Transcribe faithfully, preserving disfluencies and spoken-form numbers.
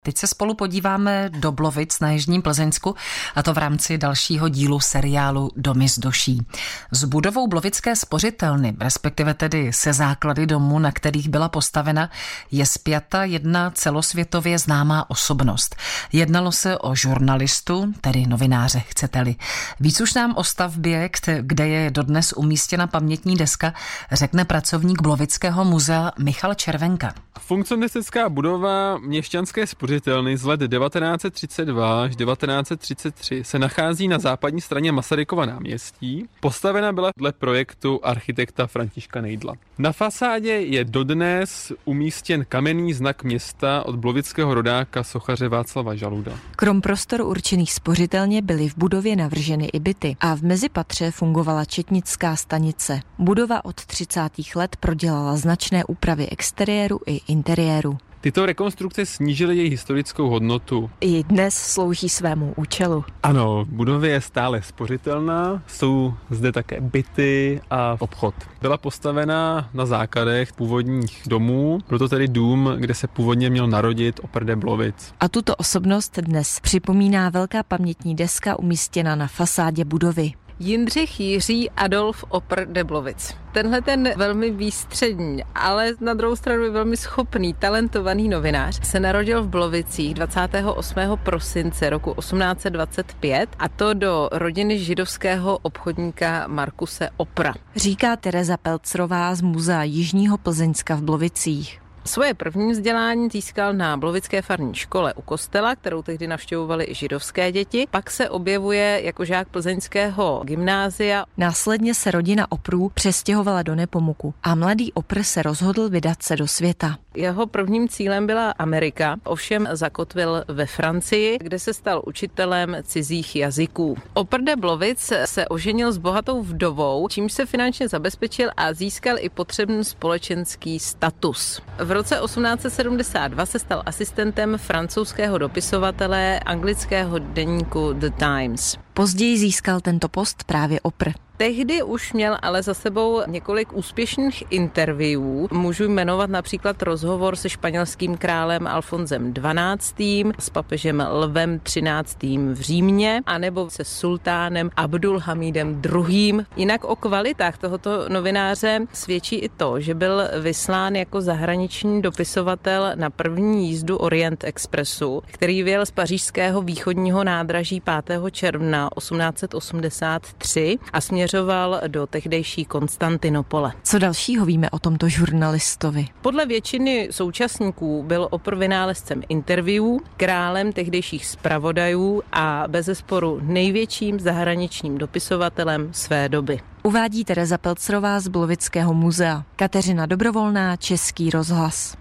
Teď se spolu podíváme do Blovic na jižním Plzeňsku, a to v rámci dalšího dílu seriálu Domy z doší. S budovou Blovické spořitelny, respektive tedy se základy domů, na kterých byla postavena, je spjata jedna celosvětově známá osobnost. Jednalo se o žurnalistu, tedy novináře, chcete-li. Víc už nám o stavbě, kde je dodnes umístěna pamětní deska, řekne pracovník Blovického muzea Michal Červenka. Funkcionalistická budova měšťanské spořitelny z let devatenáct set třicet dva až devatenáct set třicet tři se nachází na západní straně Masarykova náměstí. Postavena byla dle projektu architekta Františka Nejdla. Na fasádě je dodnes umístěn kamenný znak města od blovického rodáka sochaře Václava Žaluda. Krom prostor určených spořitelně byly v budově navrženy i byty a v mezipatře fungovala četnická stanice. Budova od třicátých let prodělala značné úpravy exteriéru i interiéru. Tyto rekonstrukce snížily její historickou hodnotu. I dnes slouží svému účelu. Ano, v budově je stále spořitelná, jsou zde také byty a obchod. Byla postavena na základech původních domů, proto tedy dům, kde se původně měl narodit Opr de Blovic. A tuto osobnost dnes připomíná velká pamětní deska umístěna na fasádě budovy. Jindřich Jiří Adolf Opr de Blovic. Tenhle ten velmi výstřední, ale na druhou stranu velmi schopný, talentovaný novinář se narodil v Blovicích dvacátého osmého prosince roku osmnáct set dvacet pět, a to do rodiny židovského obchodníka Markuse Opra. Říká Tereza Pelcrová z Muzea Jižního Plzeňska v Blovicích. Svoje první vzdělání získal na Blovické farní škole u kostela, kterou tehdy navštěvovaly i židovské děti. Pak se objevuje jako žák plzeňského gymnázia. Následně se rodina Oprů přestěhovala do Nepomuku a mladý Opr se rozhodl vydat se do světa. Jeho prvním cílem byla Amerika, ovšem zakotvil ve Francii, kde se stal učitelem cizích jazyků. Opr de Blovic se oženil s bohatou vdovou, čímž se finančně zabezpečil a získal i potřebný společenský status. V roce osmnáct set sedmdesát dva se stal asistentem francouzského dopisovatele anglického deníku The Times. Později získal tento post právě Opr. Tehdy už měl ale za sebou několik úspěšných interviewů. Můžu jmenovat například rozhovor se španělským králem Alfonsem dvanáctým, s papežem Lvem třináctým v Římě, anebo se sultánem Abdulhamidem druhým. Jinak o kvalitách tohoto novináře svědčí i to, že byl vyslán jako zahraniční dopisovatel na první jízdu Orient Expressu, který vyjel z pařížského východního nádraží pátého června osmnáct set osmdesát tři a směřoval do tehdejší Konstantinopole. Co dalšího víme o tomto žurnalistovi? Podle většiny současníků byl Opr vynálezcem interviewů, králem tehdejších zpravodajů a bezesporu největším zahraničním dopisovatelem své doby. Uvádí Tereza Pelcrová z Blovického muzea. Kateřina Dobrovolná, Český rozhlas.